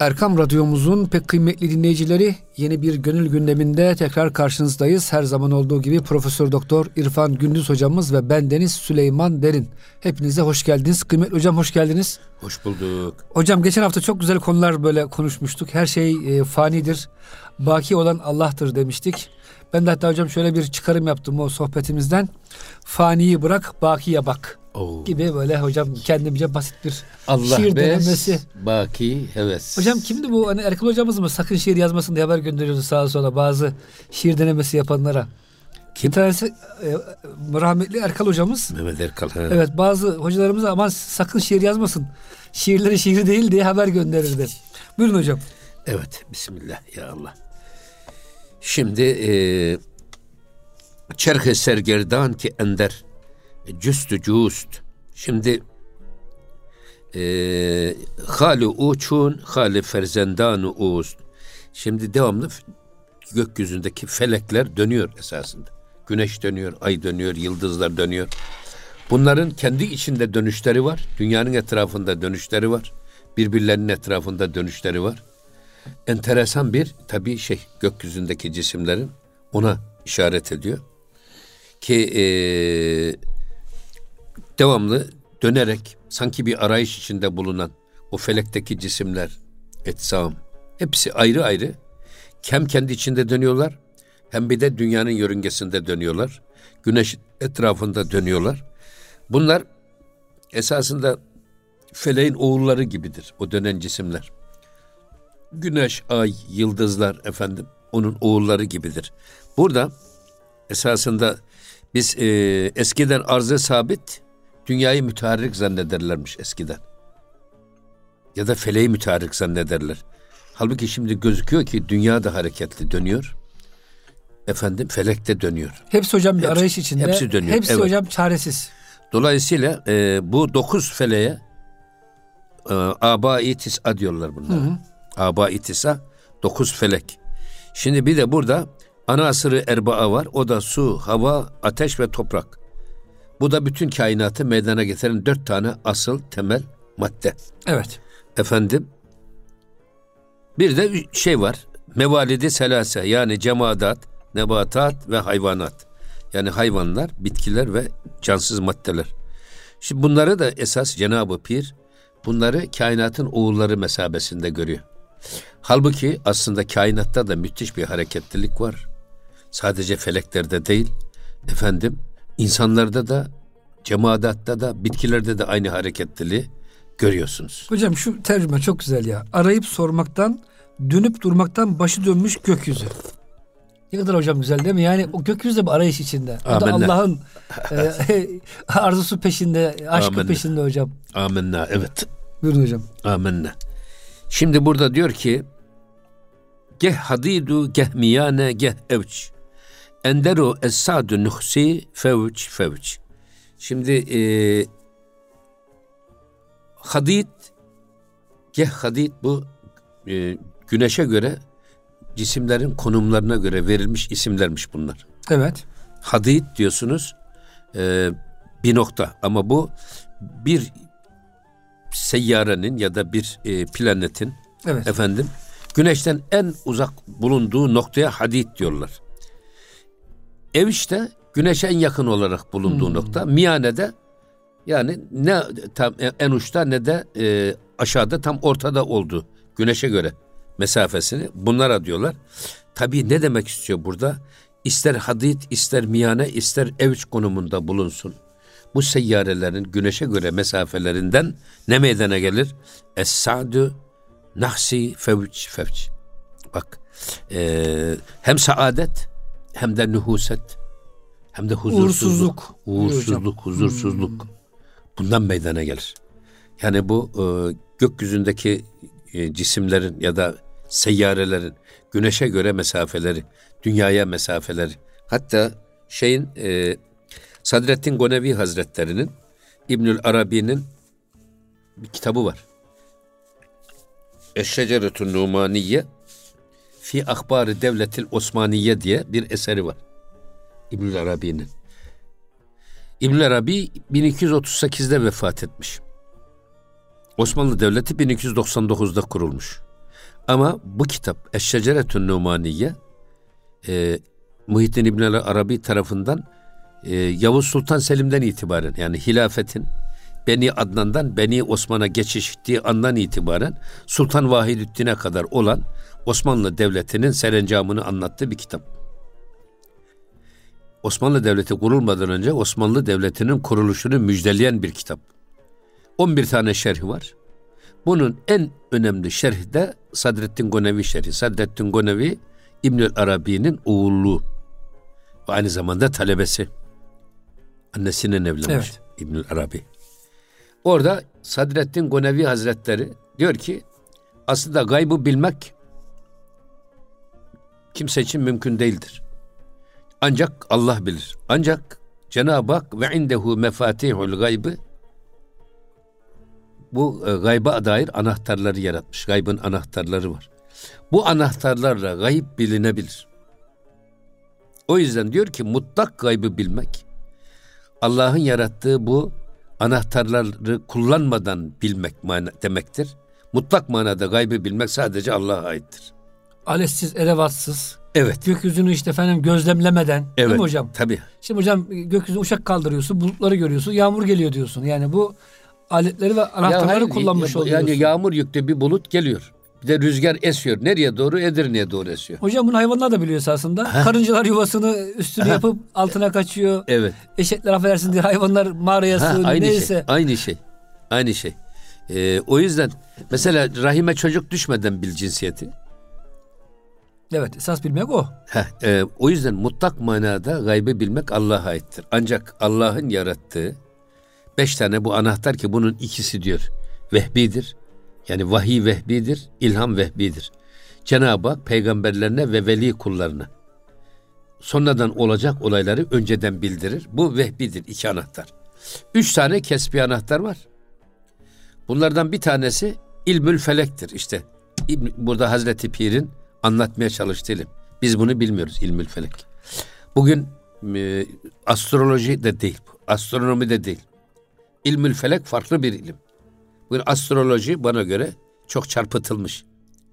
Erkam Radyomuzun pek kıymetli dinleyicileri, yeni bir gönül gündeminde tekrar karşınızdayız. Her zaman olduğu gibi Profesör Doktor İrfan Gündüz hocamız ve bendeniz Süleyman Derin. Hepinize hoş geldiniz. Kıymetli hocam, hoş geldiniz. Hoş bulduk. Hocam, geçen hafta çok güzel konular böyle konuşmuştuk. Her şey fanidir, baki olan Allah'tır demiştik. Ben de hatta hocam şöyle bir çıkarım yaptım o sohbetimizden. Faniyi bırak, bakiye bak. Gibi böyle hocam kendimce basit bir Allah şiir denemesi. Baki heves. Hocam kimdi bu? Hani Erkal hocamız mı? Sakın şiir yazmasın diye haber gönderiyordu sağa sola bazı şiir denemesi yapanlara. Kim? Bir tanesi rahmetli Erkal hocamız. Mehmet Erkal. He. Evet, bazı hocalarımıza aman sakın şiir yazmasın, şiirleri şiir değil diye haber gönderirdi. Buyurun hocam. Evet, bismillah ya Allah. Şimdi çerh-i sergerdan ki ender cüstü cüst. Şimdi hali uçun hali ferzendanı ust. Şimdi devamlı gökyüzündeki felekler dönüyor esasında. Güneş dönüyor, ay dönüyor, yıldızlar dönüyor. Bunların kendi içinde dönüşleri var. Dünyanın etrafında dönüşleri var. Birbirlerinin etrafında dönüşleri var. Enteresan bir tabii gökyüzündeki cisimlerin ona işaret ediyor. Ki devamlı dönerek sanki bir arayış içinde bulunan o felekteki cisimler, etsam, hepsi ayrı ayrı hem kendi içinde dönüyorlar hem bir de dünyanın yörüngesinde dönüyorlar. Güneş etrafında dönüyorlar. Bunlar esasında feleğin oğulları gibidir o dönen cisimler. Güneş, ay, yıldızlar onun oğulları gibidir. Burada esasında biz eskiden arz-ı sabit dünyayı müteharrik zannederlermiş eskiden. Ya da feleği müteharrik zannederler. Halbuki şimdi gözüküyor ki dünya da hareketli dönüyor. Felek de dönüyor. Hepsi hocam bir arayış içinde. Hepsi dönüyor. Hepsi evet. Hocam çaresiz. Dolayısıyla bu 9 feleğe aba-i tis'a diyorlar bunlara. Aba-i tis'a 9 felek. Şimdi bir de burada ana asırı erbaa var. O da su, hava, ateş ve toprak. Bu da bütün kainatı meydana getiren 4 tane asıl temel madde. Evet. Bir de var. Mevalidi selase, yani cemadat, nebatat ve hayvanat. Yani hayvanlar, bitkiler ve cansız maddeler. Şimdi bunları da esas Cenab-ı Pir bunları kainatın oğulları mesabesinde görüyor. Halbuki aslında kainatta da müthiş bir hareketlilik var. Sadece feleklerde değil, insanlarda da, cemadatta da, bitkilerde de aynı hareketliliği görüyorsunuz. Hocam şu tercüme çok güzel ya. Arayıp sormaktan, dönüp durmaktan başı dönmüş gökyüzü. Ne kadar hocam güzel değil mi? Yani o gökyüzü de bir arayış içinde. O da Allah'ın arzusu peşinde, aşkı Amenna. Peşinde hocam. Amenna, evet. Buyurun hocam. Amenna. Şimdi burada diyor ki geh hadidu geh miyane geh evç enderu es-sadu nuhsi fevç. Şimdi hadid bu güneşe göre cisimlerin konumlarına göre verilmiş isimlermiş bunlar. Evet. Hadid diyorsunuz bir nokta ama bu bir seyyarenin ya da bir planetin güneşten en uzak bulunduğu noktaya hadid diyorlar. Evç de güneşe en yakın olarak bulunduğu nokta. Miyane'de yani ne tam en uçta ne de aşağıda tam ortada olduğu güneşe göre mesafesini bunlara diyorlar. Tabii ne demek istiyor burada? İster hadid, ister miyane, ister evç konumunda bulunsun. Bu seyyarelerin güneşe göre mesafelerinden ne meydana gelir? Es-sa'du nahsi fevç. Bak hem saadet hem de nühuset hem de huzursuzluk. Huzursuzluk. Bundan meydana gelir. Yani bu gökyüzündeki cisimlerin ya da seyyarelerin güneşe göre mesafeleri, dünyaya mesafeleri. Hatta Sadreddin Gonevi Hazretleri'nin İbnül Arabi'nin bir kitabı var. Eşşeceretun Numaniye fi Ahbari Devletil Osmaniye diye bir eseri var. İbnül Arabi'nin. İbnül Arabi 1238'de vefat etmiş. Osmanlı Devleti 1299'da kurulmuş. Ama bu kitap Eşşeceretün Numaniye Muhittin İbn Arabi tarafından Yavuz Sultan Selim'den itibaren, yani hilafetin Beni Adnan'dan Beni Osman'a geçiştiği andan itibaren Sultan Vahidüddin'e kadar olan Osmanlı Devleti'nin serencamını anlattığı bir kitap. Osmanlı Devleti kurulmadan önce Osmanlı Devleti'nin kuruluşunu müjdeleyen bir kitap. 11 tane şerhi var. Bunun en önemli şerhi de Sadreddin Gonevi şerhi. Sadreddin Gonevi İbnül Arabi'nin oğlu ve aynı zamanda talebesi. Annesinden evlenmiş, evet. İbnül Arabi. Orada Sadreddin Gonevi Hazretleri diyor ki aslında gaybı bilmek kimse için mümkün değildir. Ancak Allah bilir. Ancak Cenab-ı Hak ve indehu mefatihul gaybı, bu gayba dair anahtarları yaratmış. Gaybın anahtarları var. Bu anahtarlarla gayb bilinebilir. O yüzden diyor ki mutlak gaybı bilmek, Allah'ın yarattığı bu anahtarları kullanmadan bilmek demektir. Mutlak manada gaybı bilmek sadece Allah'a aittir. Aletsiz, edevatsız. Evet. Gökyüzünü işte efendim gözlemlemeden. Evet. Değil mi hocam? Tabii. Şimdi hocam gökyüzüne uçak kaldırıyorsun, bulutları görüyorsun, yağmur geliyor diyorsun. Yani bu aletleri ve anahtarları kullanmış oluyorsun. Yani yağmur yüklü bir bulut geliyor. Bir de rüzgar esiyor. Nereye doğru? Edirne'ye doğru esiyor. Hocam bunu hayvanlar da biliyor esasında. Karıncalar yuvasını üstüne yapıp altına kaçıyor. Evet. Eşekler affedersin diye hayvanlar mağaraya sığınıyor. Neyse. Aynı şey. O yüzden mesela rahime çocuk düşmeden bil cinsiyeti. Evet, esas bilmek o. O yüzden mutlak manada gaybı bilmek Allah'a aittir. Ancak Allah'ın yarattığı 5 tane bu anahtar ki bunun ikisi diyor vehbidir. Yani vahiy vehbidir, ilham vehbidir. Cenab-ı Hak peygamberlerine ve veli kullarına sonradan olacak olayları önceden bildirir. Bu vehbidir, 2 anahtar. 3 tane kesbi anahtar var. Bunlardan bir tanesi ilmül felektir. İşte burada Hazreti Pir'in anlatmaya çalıştığı ilim. Biz bunu bilmiyoruz, ilmül felek. Bugün astroloji de değil, astronomi de değil. İlmül felek farklı bir ilim. Bugün astroloji bana göre çok çarpıtılmış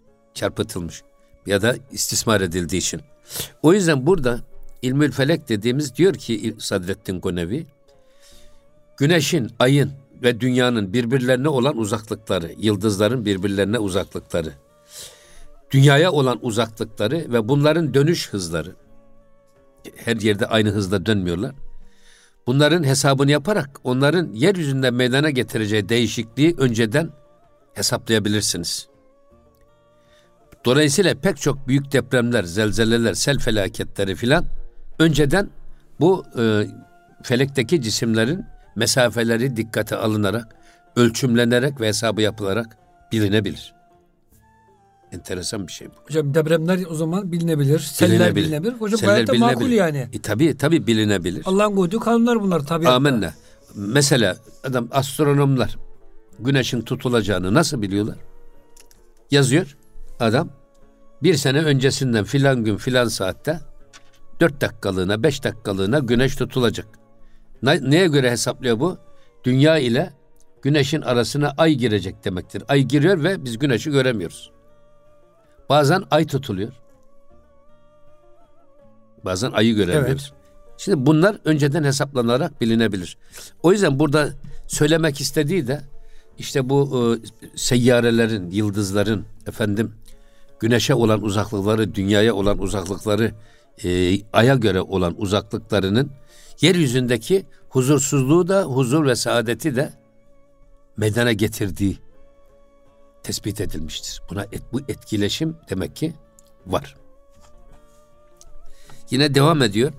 ya da istismar edildiği için. O yüzden burada ilmül felek dediğimiz diyor ki Sadreddin Gonevi, güneşin, ayın ve dünyanın birbirlerine olan uzaklıkları, yıldızların birbirlerine uzaklıkları, dünyaya olan uzaklıkları ve bunların dönüş hızları, her yerde aynı hızda dönmüyorlar. Bunların hesabını yaparak onların yeryüzünde meydana getireceği değişikliği önceden hesaplayabilirsiniz. Dolayısıyla pek çok büyük depremler, zelzeleler, sel felaketleri filan önceden bu felekteki cisimlerin mesafeleri dikkate alınarak, ölçümlenerek ve hesabı yapılarak bilinebilir. Enteresan bir şey bu. Hocam depremler o zaman bilinebilir. Seller bilinebilir. Hocam gayet de makul yani. Tabii bilinebilir. Allah'ın koyduğu kanunlar bunlar tabiatta. Amenna. Mesela astronomlar güneşin tutulacağını nasıl biliyorlar? Yazıyor adam. 1 sene öncesinden filan gün filan saatte 4 dakikalığına 5 dakikalığına güneş tutulacak. Neye göre hesaplıyor bu? Dünya ile güneşin arasına ay girecek demektir. Ay giriyor ve biz güneşi göremiyoruz. Bazen ay tutuluyor. Bazen ayı göremiyoruz. Evet. Şimdi bunlar önceden hesaplanarak bilinebilir. O yüzden burada söylemek istediği de işte bu seyyarelerin, yıldızların, güneşe olan uzaklıkları, dünyaya olan uzaklıkları, aya göre olan uzaklıklarının yeryüzündeki huzursuzluğu da, huzur ve saadeti de meydana getirdiği tespit edilmiştir. Bu etkileşim demek ki var. Yine devam ediyor.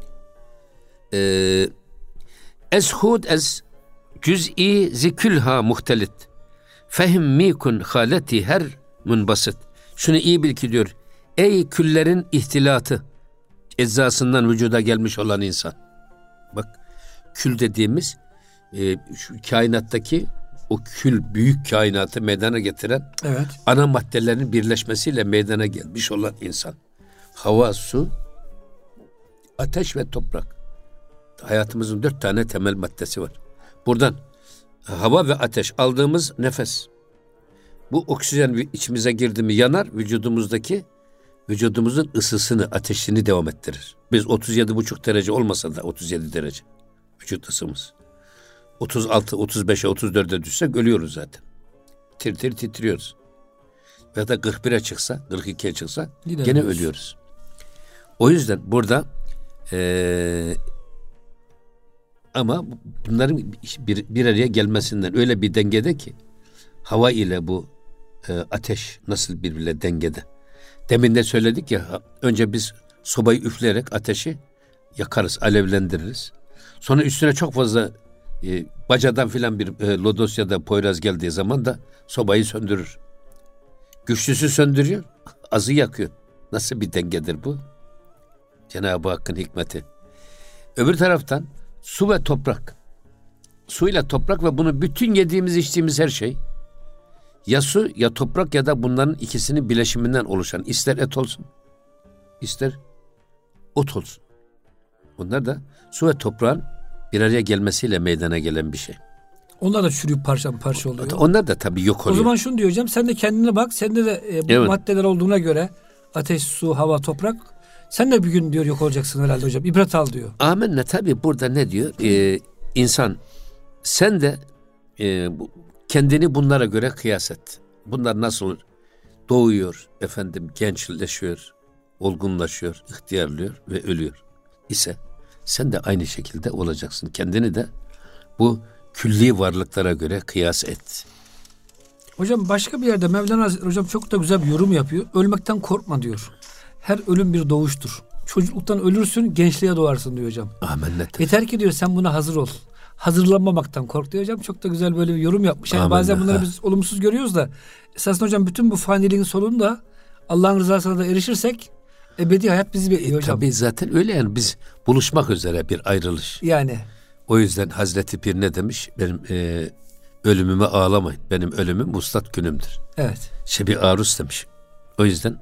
Eshud ez cüz'i zikülha muhtelit. Fehim mikun haleti her munbasit. Şunu iyi bil ki diyor. Ey küllerin ihtilatı, eczasından vücuda gelmiş olan insan. Bak, kül dediğimiz şu kainattaki o kül, büyük kainatı meydana getiren ana maddelerin birleşmesiyle meydana gelmiş olan insan. Hava, su, ateş ve toprak. Hayatımızın 4 tane temel maddesi var. Buradan hava ve ateş aldığımız nefes. Bu oksijen içimize girdi mi yanar, vücudumuzun ısısını, ateşini devam ettirir. Biz 37,5 derece olmasa da 37 derece vücut ısımız. 36, 35'e, 34'e düşsek ölüyoruz zaten. Tir tir titriyoruz. Ya da 41'e çıksa, 42'ye çıksa gene ölüyoruz. O yüzden burada ama bunların bir araya gelmesinden öyle bir dengede ki hava ile bu ateş nasıl birbirle dengede. Demin de söyledik ya, önce biz sobayı üfleyerek ateşi yakarız, alevlendiririz. Sonra üstüne çok fazla bacadan filan bir lodos ya da poyraz geldiği zaman da sobayı söndürür. Güçlüsü söndürüyor, azı yakıyor. Nasıl bir dengedir bu? Cenab-ı Hakk'ın hikmeti. Öbür taraftan su ve toprak. Suyla toprak ve bunu bütün yediğimiz içtiğimiz her şey ya su ya toprak ya da bunların ikisinin bileşiminden oluşan, ister et olsun ister ot olsun. Bunlar da su ve toprağın bir araya gelmesiyle meydana gelen bir şey. Onlar da çürüyüp parça oluyor. Onlar da tabii yok oluyor. O zaman şunu diyor hocam, sen de kendine bak, sende de bu maddeler olduğuna göre ateş, su, hava, toprak, sen de bir gün diyor yok olacaksın herhalde hocam. İbret al diyor. Amenna, tabii burada ne diyor? İnsan sen de kendini bunlara göre kıyas et. Bunlar nasıl doğuyor, gençleşiyor, olgunlaşıyor, ihtiyarlıyor ve ölüyor ise sen de aynı şekilde olacaksın. Kendini de bu külli varlıklara göre kıyas et. Hocam başka bir yerde Mevlana Hazretleri hocam çok da güzel bir yorum yapıyor. Ölmekten korkma diyor. Her ölüm bir doğuştur. Çocukluktan ölürsün, gençliğe doğarsın diyor hocam. Amenna. Yeter ki diyor sen buna hazır ol. Hazırlanmamaktan kork diyor hocam. Çok da güzel böyle bir yorum yapmış. Yani bazen bunları biz olumsuz görüyoruz da esasında hocam bütün bu faniliğin sonunda Allah'ın rızasına da erişirsek ebedi hayat bizi bekliyor hocam. Tabii zaten öyle yani, biz buluşmak üzere bir ayrılış. Yani. O yüzden Hazreti Pir ne demiş? Benim ölümüme ağlamayın. Benim ölümüm vuslat günümdür. Evet. Şebi aruz demiş. O yüzden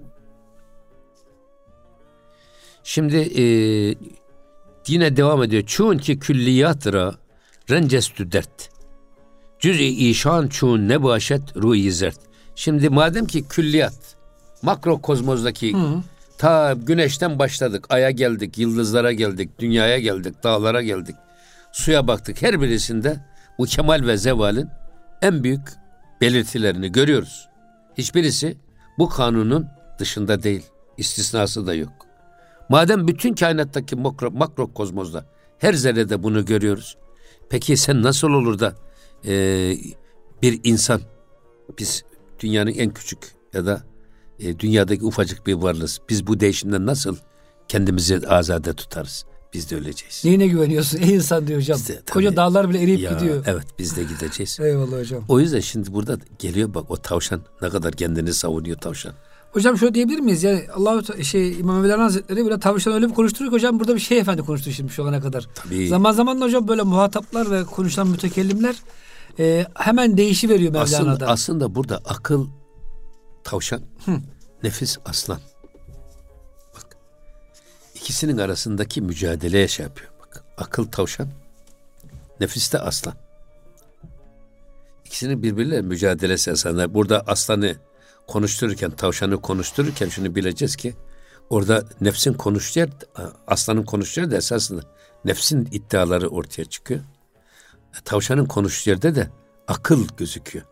şimdi yine devam ediyor. Çun ki külliyatıra rencestü dert. Cüz-i işan çun ne başet ruh-i zert. Şimdi madem ki külliyat, makro kozmozdaki ta güneşten başladık, aya geldik, yıldızlara geldik, dünyaya geldik, dağlara geldik, suya baktık. Her birisinde bu kemal ve zevalin en büyük belirtilerini görüyoruz. Hiçbirisi bu kanunun dışında değil, istisnası da yok. Madem bütün kainattaki makro kozmozda her zerrede bunu görüyoruz, peki sen nasıl olur da bir insan, biz dünyanın en küçük ya da dünyadaki ufacık bir varlığız, biz bu değişimden nasıl kendimizi azade tutarız? Biz de öleceğiz. Neyine güveniyorsun ey insan diyor hocam. De, koca dağlar bile eriyip gidiyor. Evet, biz de gideceğiz. Eyvallah hocam. O yüzden şimdi burada geliyor bak, o tavşan ne kadar kendini savunuyor tavşan. Hocam şöyle diyebilir miyiz? Yani İmam Mevlana Hazretleri böyle tavşan öyle bir konuşturuyor ki hocam burada bir şey efendi konuştu şimdi şu ana kadar. Tabii. Zaman zaman da hocam böyle muhataplar ve konuşan mütekellimler hemen değişiveriyor Mevlana'da. Aslında burada akıl tavşan, nefis aslan. Bak, ikisinin arasındaki mücadeleye şey yapıyor. Bak, akıl tavşan, nefis de aslan. İkisinin birbiriyle mücadelesi esasında. Burada aslanı konuştururken, tavşanı konuştururken şunu bileceğiz ki orada nefsin konuştuğu yer, aslanın konuştuğu yerde esasında nefsin iddiaları ortaya çıkıyor. Tavşanın konuştuğu yerde de akıl gözüküyor.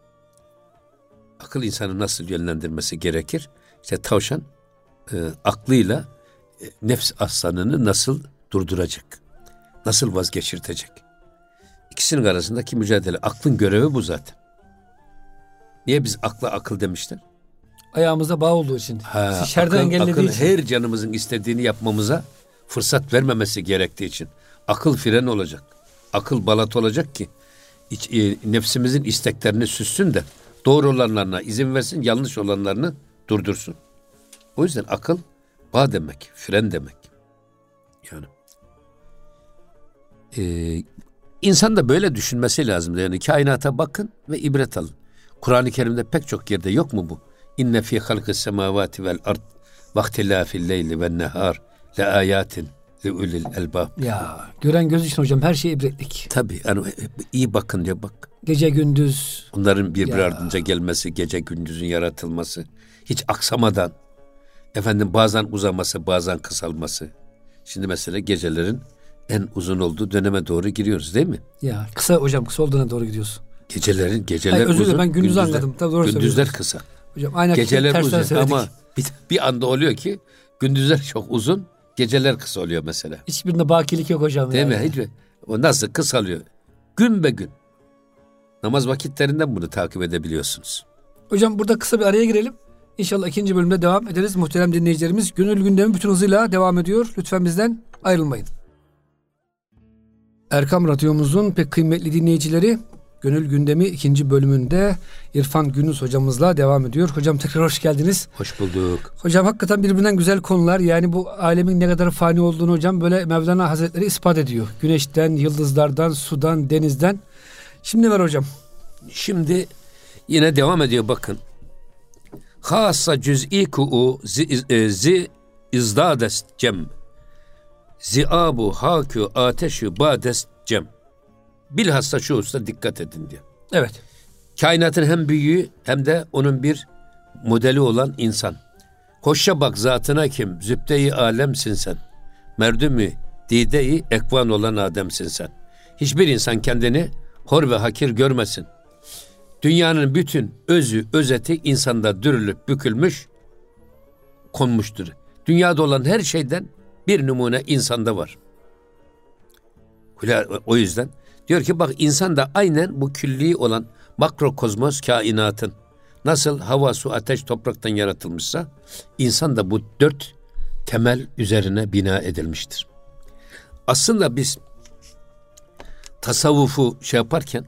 Akıl insanı nasıl yönlendirmesi gerekir? İşte tavşan aklıyla nefs aslanını nasıl durduracak? Nasıl vazgeçirtecek? İkisinin arasındaki mücadele. Aklın görevi bu zaten. Niye biz akla akıl demişler? Ayağımıza bağ olduğu için. Şerden engellediği için. Her canımızın istediğini yapmamıza fırsat vermemesi gerektiği için. Akıl fren olacak. Akıl balat olacak ki nefsimizin isteklerini süssün de doğru olanlarına izin versin, yanlış olanlarını durdursun. O yüzden akıl bağ demek, fren demek. Yani insan da böyle düşünmesi lazım. Yani kainata bakın ve ibret alın. Kur'an-ı Kerim'de pek çok yerde yok mu bu? İnne fî halkis semâvâti vel ard ve ihtilâfil leyli ven nehâr le âyâtin Ulil elbab. Ya gören göz için hocam her şey ibretlik. Tabii yani iyi bakın diye bak. Gece gündüz. Bunların birbiri ardınca gelmesi, gece gündüzün yaratılması, hiç aksamadan, efendim bazen uzaması, bazen kısalması. Şimdi mesela gecelerin en uzun olduğu döneme doğru giriyoruz değil mi? Ya kısa hocam, kısa olduğuna doğru gidiyorsun. Geceler Hayır, özür dilerim, uzun. ben gündüzü anladım. Tabii doğru gündüzler kısa. Hocam aynen geceler uzun ama bir anda oluyor ki gündüzler çok uzun, geceler kısa oluyor mesela. Hiçbirinde bakilik yok hocam. Değil yani. mi? Hiç, o nasıl kısalıyor? Gün be gün. Namaz vakitlerinden bunu takip edebiliyorsunuz. Hocam burada kısa bir araya girelim. İnşallah ikinci bölümde devam ederiz. Muhterem dinleyicilerimiz, Gönül Gündemi bütün hızıyla devam ediyor. Lütfen bizden ayrılmayın. Erkam Radyomuzun pek kıymetli dinleyicileri, Gönül Gündemi ikinci bölümünde İrfan Gündüz hocamızla devam ediyor. Hocam tekrar hoş geldiniz. Hoş bulduk. Hocam hakikaten birbirinden güzel konular. Yani bu alemin ne kadar fani olduğunu hocam böyle Mevlana Hazretleri ispat ediyor. Güneşten, yıldızlardan, sudan, denizden. Şimdi ne var hocam? Şimdi yine devam ediyor bakın. Hassa cüz'i ku'u zi izdadest cem. Zi'abu hakü ateşü badest cem. Bilhassa şu hususta dikkat edin diyor. Evet. Kainatın hem büyüğü hem de onun bir modeli olan insan. Hoşça bak zatına kim, zübde-i alemsin sen. Merdümü dide-i ekvan olan Adem'sin sen. Hiçbir insan kendini hor ve hakir görmesin. Dünyanın bütün özü, özeti insanda dürülüp bükülmüş, konmuştur. Dünyada olan her şeyden bir numune insanda var. O yüzden diyor ki bak, insan da aynen bu külli olan makrokozmos kainatın nasıl hava, su, ateş, topraktan yaratılmışsa insan da bu 4 temel üzerine bina edilmiştir. Aslında biz tasavvufu yaparken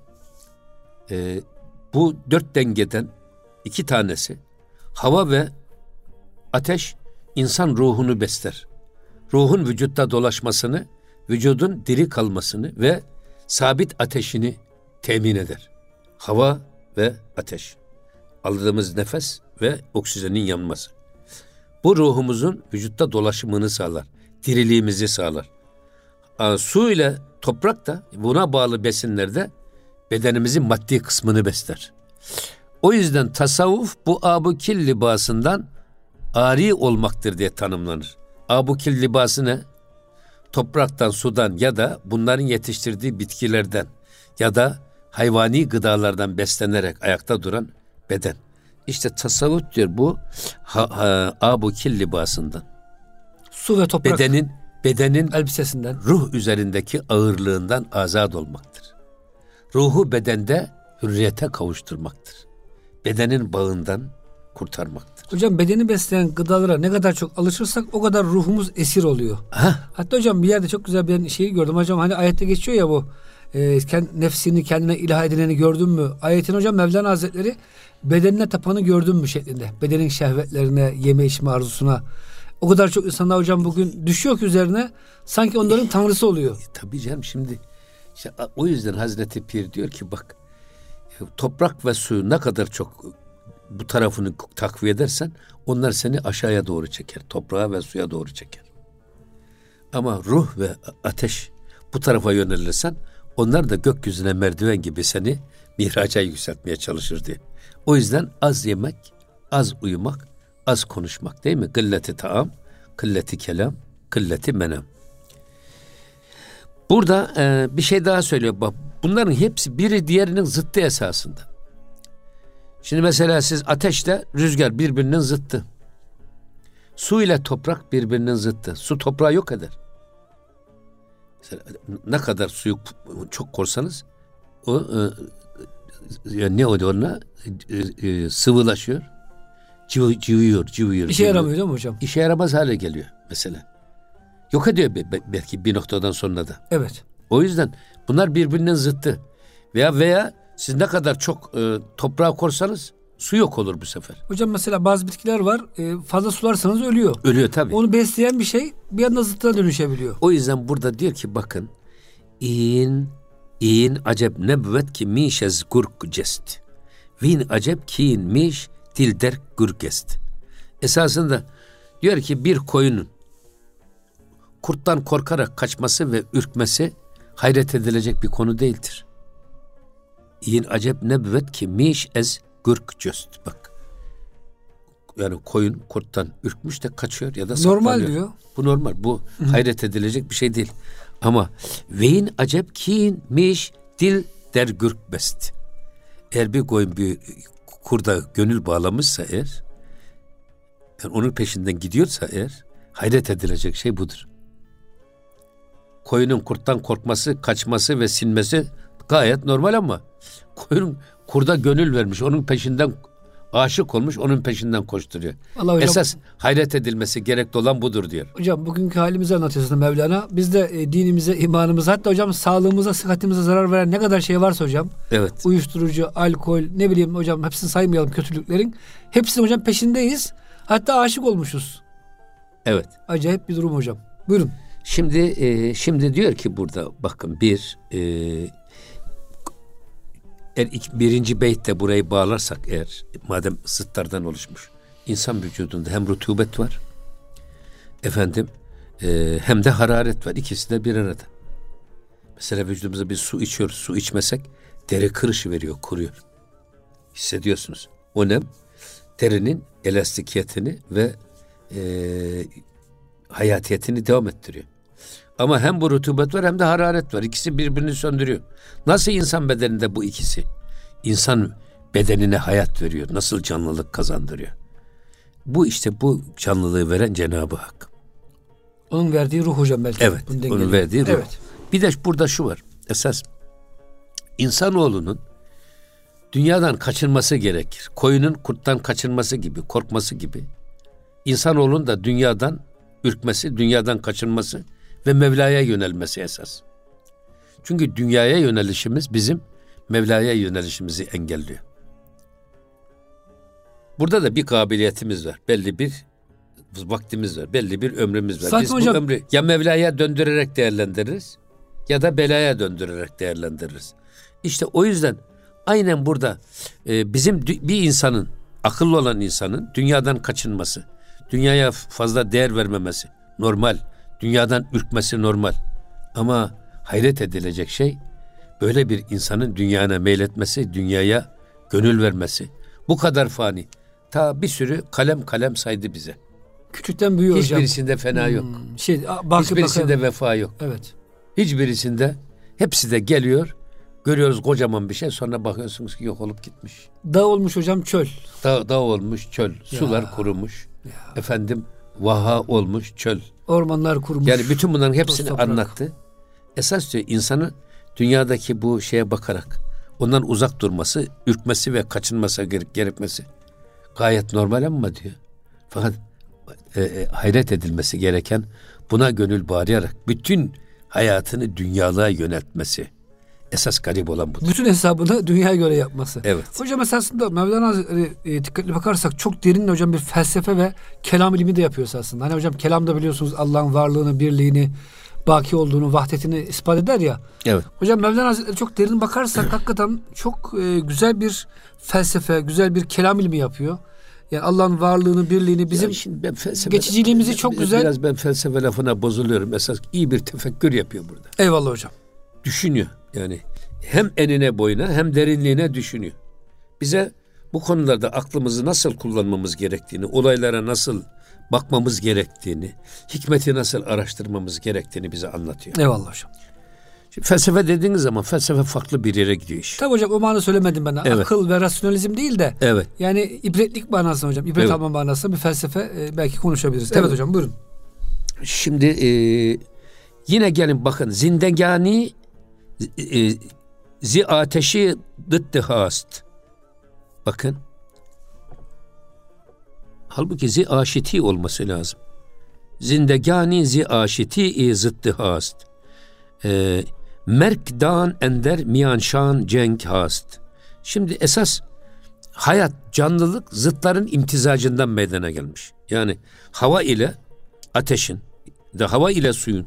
bu 4 dengeden 2 tanesi hava ve ateş insan ruhunu besler. Ruhun vücutta dolaşmasını, vücudun diri kalmasını ve sabit ateşini temin eder. Hava ve ateş. Aldığımız nefes ve oksijenin yanması. Bu ruhumuzun vücutta dolaşımını sağlar. Diriliğimizi sağlar. Su ile toprak da buna bağlı besinlerde bedenimizin maddi kısmını besler. O yüzden tasavvuf bu abukil libasından ari olmaktır diye tanımlanır. Abukil libası ne? Topraktan, sudan ya da bunların yetiştirdiği bitkilerden ya da hayvani gıdalardan beslenerek ayakta duran beden. İşte tasavvuf diyor bu abukil libasından. Su ve toprak. Bedenin elbisesinden, ruh üzerindeki ağırlığından azad olmaktır. Ruhu bedende hürriyete kavuşturmaktır. Bedenin bağından kurtarmaktır. Hocam bedeni besleyen gıdalara ne kadar çok alışırsak o kadar ruhumuz esir oluyor. Hatta hocam bir yerde çok güzel bir şeyi gördüm hocam, hani ayette geçiyor ya bu nefsini kendine ilah edineni gördün mü? Ayetin hocam Mevlana Hazretleri bedenine tapanı gördün mü şeklinde. Bedenin şehvetlerine, yeme içme arzusuna. O kadar çok insanlar hocam bugün düşüyor ki üzerine, sanki onların tanrısı oluyor. Tabii canım, şimdi işte o yüzden Hazreti Pir diyor ki bak, toprak ve suyu ne kadar çok bu tarafını takviye edersen onlar seni aşağıya doğru çeker. Toprağa ve suya doğru çeker. Ama ruh ve ateş bu tarafa yönelirsen onlar da gökyüzüne merdiven gibi seni mihraca yükseltmeye çalışır diye. O yüzden az yemek, az uyumak, az konuşmak değil mi? Gılleti taam, kılleti kelam, kılleti menam. Burada bir şey daha söylüyor. Bak, bunların hepsi biri diğerinin zıttı esasında. Şimdi mesela siz ateşle rüzgar birbirinin zıttı. Su ile toprak birbirinin zıttı. Su toprağı yok eder. Mesela ne kadar suyu çok korsanız o ne oluyor ona? Sıvılaşıyor. Cıvıyor. İşe yaramıyor değil mi hocam? İşe yaramaz hale geliyor mesela. Yok ediyor belki bir noktadan sonra da. Evet. O yüzden bunlar birbirinin zıttı. Veya siz ne kadar çok toprağı korsanız su yok olur bu sefer. Hocam mesela bazı bitkiler var, fazla sularsanız ölüyor. Ölüyor tabii. Onu besleyen bir şey bir anda zıttına dönüşebiliyor. O yüzden burada diyor ki bakın, in acep nebüvet ki mişez gurk jest. Vin acep kiin miş dilder gurgest. Esasında diyor ki bir koyunun kurttan korkarak kaçması ve ürkmesi hayret edilecek bir konu değildir. İyin acep nebüvet ki miş ez gürk cöst. Bak. Yani koyun kurttan ürkmüş de kaçıyor ya da saklanıyor. Normal diyor. Bu normal. Bu hayret edilecek bir şey değil. Ama veyin acep kin miş dil der gürk best. Eğer bir koyun bir kurda gönül bağlamışsa eğer, yani onun peşinden gidiyorsa eğer, hayret edilecek şey budur. Koyunun kurttan korkması, kaçması ve sinmesi gayet normal ama koyun kurda gönül vermiş, onun peşinden aşık olmuş, onun peşinden koşturuyor. Allah hocam, esas hayret edilmesi gerekli olan budur diyor. Hocam bugünkü halimizi anlatıyorsun Mevlana. Biz de dinimize, imanımıza, hatta hocam sağlığımıza, sıhhatimize zarar veren ne kadar şey varsa hocam. Evet. Uyuşturucu, alkol, ne bileyim hocam, hepsini saymayalım kötülüklerin. Hepsinin hocam peşindeyiz. Hatta aşık olmuşuz. Evet. Acayip bir durum hocam. Buyurun. Şimdi diyor ki burada bakın birinci beytte burayı bağlarsak eğer, madem zıtlardan oluşmuş, insan vücudunda hem rutubet var hem de hararet var, ikisi de bir arada. Mesela vücudumuza bir su içiyoruz, su içmesek deri kırışı veriyor, kuruyor, hissediyorsunuz. O nem derinin elastikiyetini ve hayatiyetini devam ettiriyor. Ama hem bu rutubet var hem de hararet var. İkisi birbirini söndürüyor. Nasıl insan bedeninde bu ikisi? İnsan bedenine hayat veriyor. Nasıl canlılık kazandırıyor? Bu işte bu canlılığı veren Cenab-ı Hak. Onun verdiği ruh hocam belki. Evet. Onun verdiği ruh. Evet. Bir de burada şu var. Esas insanoğlunun dünyadan kaçınması gerekir. Koyunun kurttan kaçınması gibi, korkması gibi. İnsanoğlunun da dünyadan ürkmesi, dünyadan kaçınması ve Mevla'ya yönelmesi esas. Çünkü dünyaya yönelişimiz bizim Mevla'ya yönelişimizi engelliyor. Burada da bir kabiliyetimiz var. Belli bir vaktimiz var. Belli bir ömrümüz var. Zaten biz hocam, bu ömrü ya Mevla'ya döndürerek değerlendiririz ya da belaya döndürerek değerlendiririz. İşte o yüzden aynen burada bizim bir insanın, akıllı olan insanın dünyadan kaçınması, dünyaya fazla değer vermemesi normal. Dünyadan ürkmesi normal. Ama hayret edilecek şey böyle bir insanın dünyana meyletmesi, dünyaya gönül vermesi. Bu kadar fani. Ta bir sürü kalem saydı bize. küçükten büyüyor hocam. Hiçbirisinde fena yok. Hiçbirisinde vefa yok. Evet. Hiçbirisinde, hepsi de geliyor. Görüyoruz kocaman bir şey, sonra bakıyorsunuz ki yok olup gitmiş. Dağ olmuş hocam çöl. Dağ olmuş çöl. Sular kurumuş. Vaha olmuş çöl. Ormanlar kurumuş. Yani bütün bunların hepsini toprak anlattı. Esas diyor insanı dünyadaki bu şeye bakarak ondan uzak durması, ürkmesi ve kaçınması gerekmesi gayet normal ama diyor. Fakat hayret edilmesi gereken, buna gönül bağlayarak bütün hayatını dünyalığa yöneltmesi. Esas garip olan budur. Bütün hesabını dünyaya göre yapması. Evet. Hocam esasında Mevlana Hazretleri dikkatli bakarsak çok derin hocam bir felsefe ve kelam ilmi de yapıyor esasında. Hani hocam kelamda biliyorsunuz Allah'ın varlığını, birliğini, baki olduğunu, vahdetini ispat eder ya. Evet. Hocam Mevlana Hazretleri çok derin bakarsak hakikaten çok güzel bir felsefe, güzel bir kelam ilmi yapıyor. Yani Allah'ın varlığını, birliğini, bizim geçiciliğimizi çok güzel. Biraz ben felsefe lafına bozuluyorum. Esas iyi bir tefekkür yapıyor burada. Eyvallah hocam. Düşünüyor. Yani hem enine boyuna hem derinliğine düşünüyor. Bize bu konularda aklımızı nasıl kullanmamız gerektiğini, olaylara nasıl bakmamız gerektiğini, hikmeti nasıl araştırmamız gerektiğini bize anlatıyor. Eyvallah hocam. Şimdi felsefe dediğiniz zaman felsefe farklı bir yere gidiyor iş. Tabii hocam o manada söylemedim ben. Evet. Akıl ve rasyonalizm değil de. Evet. Yani ibretlik manasında hocam. İbret alma manasında bir felsefe belki konuşabiliriz. Evet hocam buyurun. Şimdi yine gelin bakın. Zindegani zi ateşi dıttı hast. Bakın. Halbuki zi aşiti olması lazım. Zindegani zi aşiti zıttı hast. Merkdan ender miyanşan cenk hast. Şimdi esas hayat, canlılık zıtların imtizacından meydana gelmiş. Yani hava ile ateşin, hava ile suyun,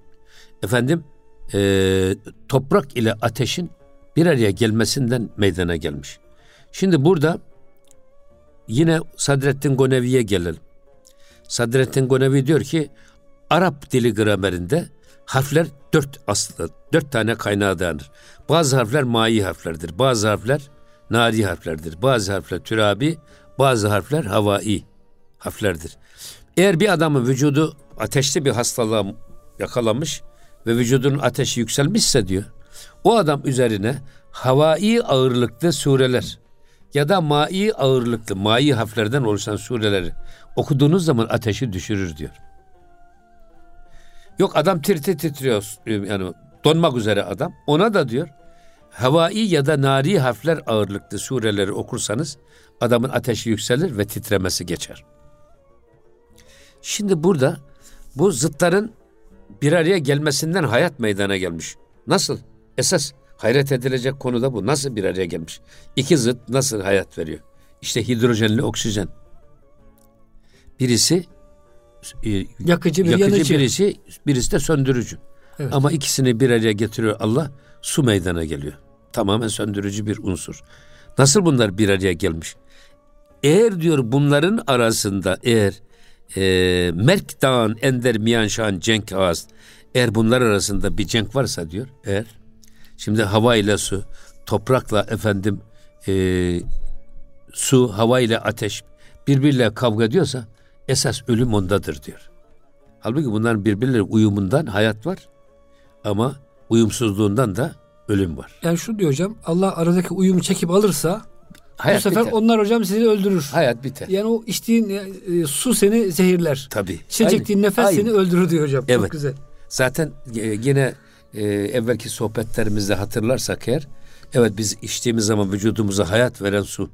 toprak ile ateşin bir araya gelmesinden meydana gelmiş. Şimdi burada yine Sadreddin Gonevi'ye gelelim. Sadreddin Gonevi diyor ki Arap dili gramerinde harfler 4 tane kaynağa dayanır. Bazı harfler mai harflerdir. Bazı harfler nari harflerdir. Bazı harfler türabi, bazı harfler havai harflerdir. Eğer bir adamın vücudu ateşli bir hastalığa yakalanmış ve vücudunun ateşi yükselmişse diyor, o adam üzerine havai ağırlıklı sureler ya da mai ağırlıklı, mai harflerden oluşan sureleri okuduğunuz zaman ateşi düşürür diyor. Yok adam titriyor, yani donmak üzere adam. Ona da diyor havai ya da nari harfler ağırlıklı sureleri okursanız adamın ateşi yükselir ve titremesi geçer. Şimdi burada bu zıtların bir araya gelmesinden hayat meydana gelmiş. Nasıl? Esas hayret edilecek konu da bu. Nasıl bir araya gelmiş? İki zıt nasıl hayat veriyor? İşte hidrojenli oksijen. Birisi yakıcı, yanıcı. Birisi de söndürücü. Evet. Ama ikisini bir araya getiriyor Allah, su meydana geliyor. Tamamen söndürücü bir unsur. Nasıl bunlar bir araya gelmiş? Eğer diyor bunların arasında Merk Dağın Ender Miyanşan Cenk Ağız, eğer bunlar arasında bir cenk varsa diyor, şimdi hava ile su, toprakla su, hava ile ateş birbiriyle kavga ediyorsa esas ölüm ondadır diyor. Halbuki bunların birbirleri uyumundan hayat var ama uyumsuzluğundan da ölüm var. Yani şu diyor hocam, Allah aradaki uyumu çekip alırsa hayat bu sefer biter. Onlar hocam sizi öldürür. Hayat biter. Yani o içtiğin su seni zehirler. Tabii. Çektiğin nefes seni öldürür diyor hocam. Evet. Çok güzel. Zaten yine evvelki sohbetlerimizde hatırlarsak eğer, evet biz içtiğimiz zaman vücudumuza hayat veren su.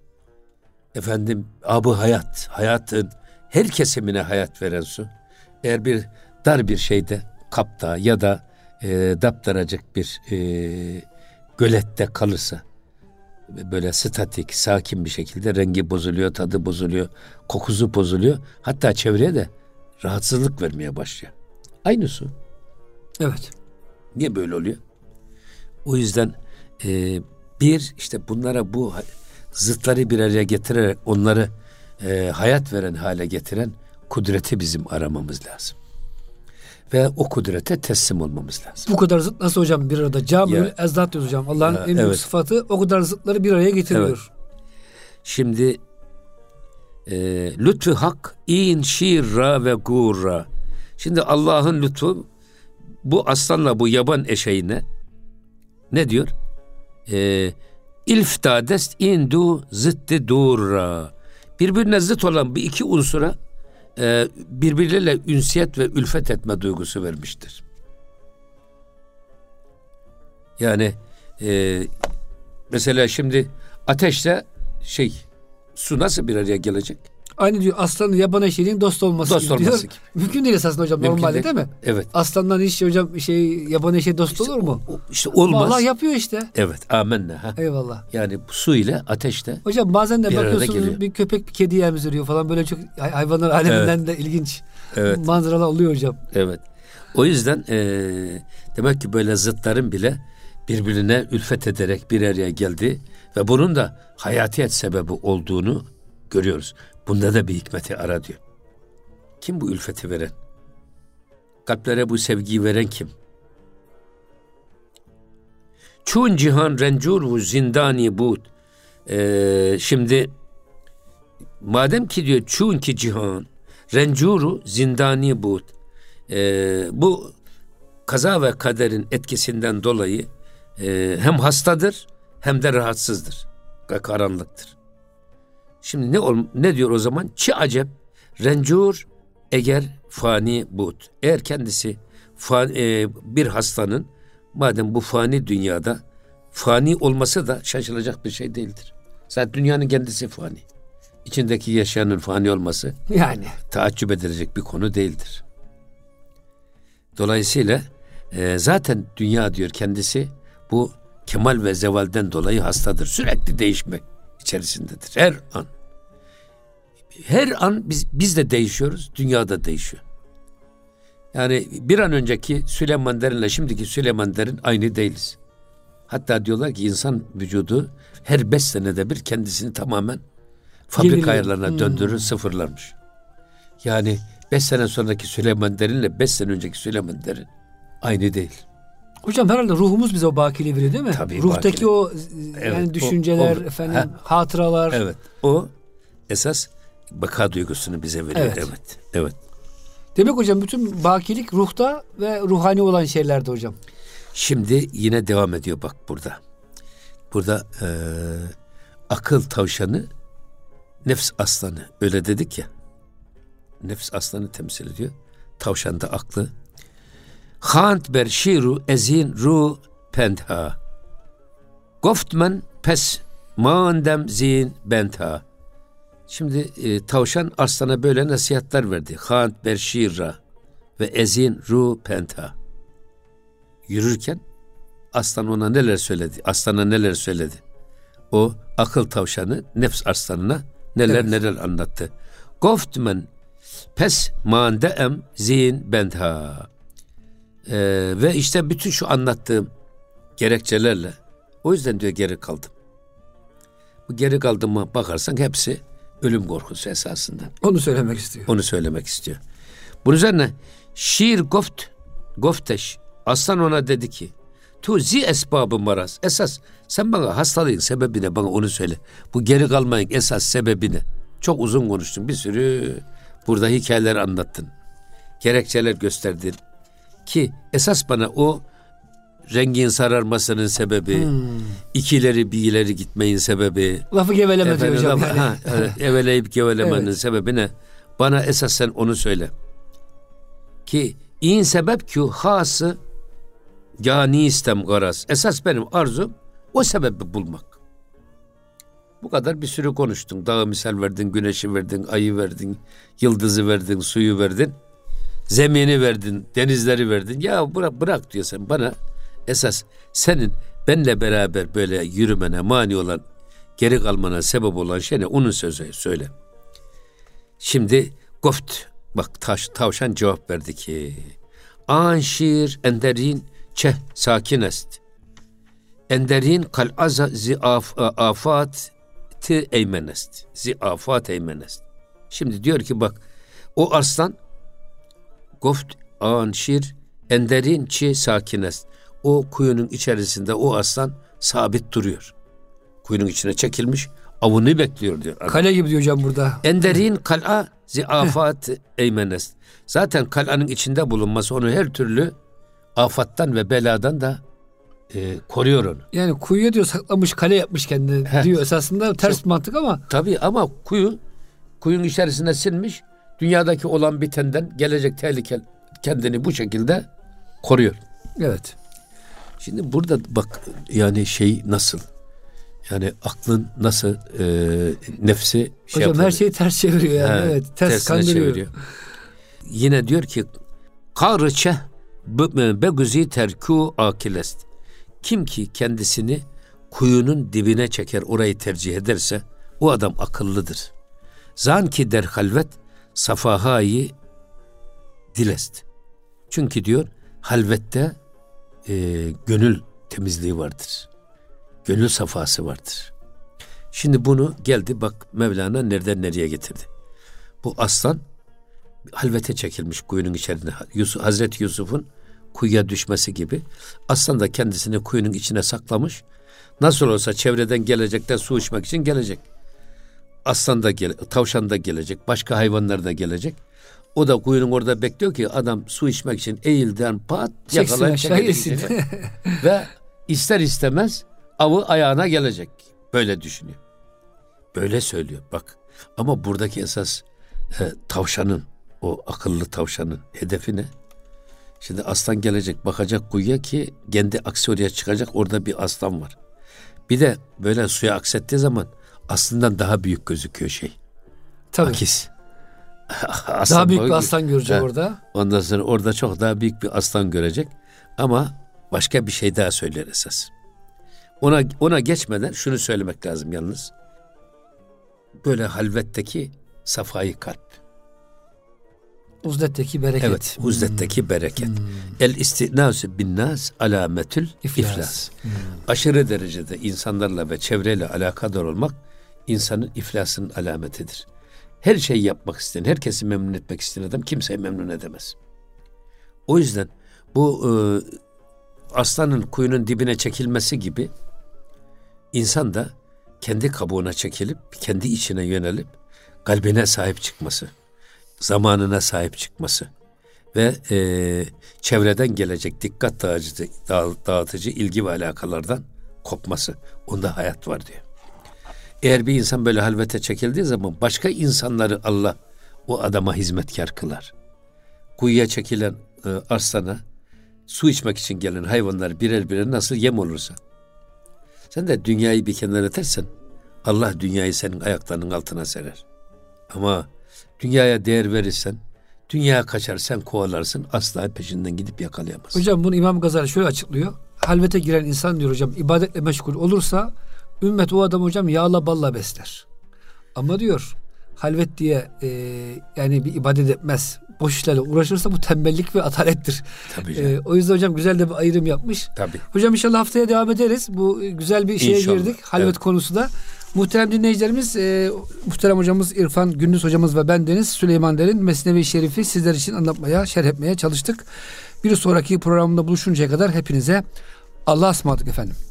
Ab-ı hayat, hayatın her kesimine hayat veren su. Eğer bir dar bir şeyde, kapta ya da daptaracık bir gölette kalırsa, böyle statik, sakin bir şekilde rengi bozuluyor, tadı bozuluyor, kokusu bozuluyor. Hatta çevreye de rahatsızlık vermeye başlıyor. Aynı su. Evet. Niye böyle oluyor? O yüzden işte bunlara bu zıtları bir araya getirerek onları hayat veren hale getiren kudreti bizim aramamız lazım. Ve o kudrete teslim olmamız lazım. Bu kadar zıt nasıl hocam bir arada? Camül ezdat diyoruz hocam. Allah'ın en büyük sıfatı o kadar zıtları bir araya getiriyor. Evet. Şimdi lütfü hak in şirra ve gurra. Şimdi Allah'ın lütfu bu aslanla bu yaban eşeğine ne diyor? İlftadest indu zıttı durra. Birbirine zıt olan bir iki unsura birbirleriyle ünsiyet ve ülfet etme duygusu vermiştir. Yani mesela şimdi ateşle su nasıl bir araya gelecek? Aynı diyor aslanın yaban eşeğinin dost olması gibi. Mümkün değil esasında hocam, normalde değil mi? Evet. Aslandan hiç hocam yaban eşeği dost olur mu? İşte olmaz. Allah yapıyor işte. Evet, amenna. Eyvallah. Yani su ile ateşte. Hocam bazen de bakıyorsunuz bir köpek bir kediyi emziriyor falan, böyle çok hayvanlar aleminden de ilginç manzaralar oluyor hocam. Evet. O yüzden demek ki böyle zıtların bile birbirine ülfet ederek bir araya geldi ve bunun da hayatiyet sebebi olduğunu görüyoruz. Bunda da bir hikmeti ara diyor. Kim bu ülfeti veren? Kalplere bu sevgiyi veren kim? Çun cihan rencur vu zindani bud. Şimdi madem ki diyor çun ki cihan rencuru zindani bud. Bu kaza ve kaderin etkisinden dolayı hem hastadır hem de rahatsızdır ve karanlıktır. Şimdi ne diyor o zaman? Çi acep rencur eğer fani bud. Eğer kendisi bir hastanın madem bu fani dünyada fani olması da şaşılacak bir şey değildir. Zaten dünyanın kendisi fani. İçindeki yaşayanın fani olması yani taaccüp edilecek bir konu değildir. Dolayısıyla zaten dünya diyor kendisi bu kemal ve zevalden dolayı hastadır. Sürekli değişme içerisindedir. Her an biz de değişiyoruz. Dünya da değişiyor. Yani bir an önceki Süleyman Derin'le şimdiki Süleyman Derin aynı değiliz. Hatta diyorlar ki insan vücudu her 5 senede bir kendisini tamamen fabrika ayarlarına döndürür, sıfırlarmış. Yani 5 sene sonraki Süleyman Derin'le 5 sene önceki Süleyman Derin aynı değil. Hocam herhalde ruhumuz bize o bakiliği veriyor değil mi? Tabii, ruhtaki bakili. o Evet, yani düşünceler, hatıralar. Evet. O esas baka duygusunu bize veriyor. Evet. Demek hocam bütün bakilik ruhta ve ruhani olan şeylerde hocam. Şimdi yine devam ediyor bak burada. Burada akıl tavşanı, nefs aslanı. Öyle dedik ya. Nefs aslanı temsil ediyor. Tavşan da aklı. Khant ber şiru ezin ru pentha. Goftman pes mandem zin bentha. Şimdi tavşan aslana böyle nasihatler verdi. Khant ber şira ve ezin ru pentha. Yürürken aslan ona neler söyledi? Aslana neler söyledi? O akıl tavşanı nefs aslanına neler anlattı. Goftman pes mandeem zin bentha. Ve işte bütün şu anlattığım gerekçelerle o yüzden diyor geri kaldım. Bu geri kaldığıma bakarsan hepsi ölüm korkusu esasında. Onu söylemek istiyor. Onu söylemek istiyor. Bunun üzerine şiir gofteş aslan ona dedi ki tu zi esbabı maraz. Esas sen bana hastalığın sebebine bana onu söyle. Bu geri kalmayın esas sebebine. Çok uzun konuştun. Bir sürü burada hikayeler anlattın. Gerekçeler gösterdin. Ki esas bana o rengin sararmasının sebebi, ikileri bir ileri gitmeyin sebebi. Lafı geveleme diyor hocam. Eveleyip gevelemenin sebebi ne? Bana esas sen onu söyle. Ki in sebep ki hası gani istem garaz. Esas benim arzum o sebebi bulmak. Bu kadar bir sürü konuştun. Dağı misal verdin, güneşi verdin, ayı verdin, yıldızı verdin, suyu verdin. Zemini verdin, denizleri verdin. Ya bırak diyor sen bana. Esas senin benle beraber böyle yürümene mani olan, geri kalmana sebep olan şey ne? Onun sözü söyle. Şimdi bak tavşan cevap verdi ki anşir enderin çeh sakin est. Enderin kal'aza ziafat ti eymenest. Ziafat eymenest. Şimdi diyor ki bak o aslan goft anşir enderin çi sakinest. O kuyunun içerisinde o aslan sabit duruyor. Kuyunun içine çekilmiş avını bekliyor diyor. Kale gibi diyor hocam burada. Enderin kal'a ziafat eymenest. Zaten kal'anın içinde bulunması onu her türlü afattan ve beladan da koruyor onu. Yani kuyuya diyor saklamış kale yapmış kendine diyor esasında ters mantık ama. Tabii ama kuyunun içerisine sinmiş dünyadaki olan bitenden gelecek tehlike kendini bu şekilde koruyor. Evet. Şimdi burada bak yani şey nasıl? Yani aklın nasıl nefsi hocam yapıyor. Her şeyi ters çeviriyor yani. Evet, ters kandırıyor. Yine diyor ki karıçe begüzi terku akilest. Kim ki kendisini kuyunun dibine çeker, orayı tercih ederse o adam akıllıdır. Zanki der halvet safahayı dilest. Çünkü diyor halvette gönül temizliği vardır. Gönül safası vardır. Şimdi bunu geldi bak Mevlana nereden nereye getirdi. Bu aslan halvete çekilmiş kuyunun içerisine. Hazreti Yusuf'un kuyuya düşmesi gibi. Aslan da kendisini kuyunun içine saklamış. Nasıl olsa çevreden gelecekler su içmek için gelecek. Aslan da tavşan da gelecek. Başka hayvanlar da gelecek. O da kuyunun orada bekliyor ki adam su içmek için eğilden pat yakalayıp çekecek. Ve ister istemez avı ayağına gelecek. Böyle düşünüyor. Böyle söylüyor bak. Ama buradaki esas tavşanın, o akıllı tavşanın hedefi ne? Şimdi aslan gelecek bakacak kuyuya ki kendi aksi oraya çıkacak, orada bir aslan var. Bir de böyle suya aksettiği zaman aslından daha büyük gözüküyor şey. Tabii. Akis. Daha büyük bir aslan görecek orada. Ondan sonra orada çok daha büyük bir aslan görecek. Ama başka bir şey daha söyler esas. Ona geçmeden şunu söylemek lazım yalnız. Böyle halvetteki safayı kalp. Uzdetteki bereket. Evet, uzdetteki bereket. El istinâsü binnâs alâmetül iflas. Aşırı derecede insanlarla ve çevreyle alakadar olmak insanın iflasının alametidir. her şeyi yapmak isteyen, herkesi memnun etmek isteyen adam kimseyi memnun edemez. O yüzden bu aslanın kuyunun dibine çekilmesi gibi insan da kendi kabuğuna çekilip, kendi içine yönelip kalbine sahip çıkması, zamanına sahip çıkması ve çevreden gelecek dikkat dağıtıcı ilgi ve alakalardan kopması. Onda hayat var diyor. Eğer bir insan böyle halvete çekildiği zaman başka insanları Allah o adama hizmetkar kılar. Kuyuya çekilen aslana su içmek için gelen hayvanlar birer birer nasıl yem olursa, sen de dünyayı bir kenara atarsan Allah dünyayı senin ayaklarının altına serer. Ama dünyaya değer verirsen, dünyaya kaçar, sen kovalarsın, asla peşinden gidip yakalayamazsın. Hocam bunu İmam Gazali şöyle açıklıyor. Halvete giren insan diyor hocam, ibadetle meşgul olursa ümmet o adam hocam yağla balla besler. Ama diyor halvet diye yani bir ibadet etmez, boş işlerle uğraşırsa bu tembellik ve atalettir. Tabii o yüzden hocam güzel de bir ayrım yapmış. Tabii. Hocam inşallah haftaya devam ederiz. Bu güzel bir şeye İnşallah. girdik. Halvet Evet. konusu da. Muhterem dinleyicilerimiz, muhterem hocamız İrfan Gündüz hocamız ve bendeniz Süleyman Derin Mesnevi Şerif'i sizler için anlatmaya, şerh etmeye çalıştık. Bir sonraki programda buluşuncaya kadar hepinize Allah'a ısmarladık efendim.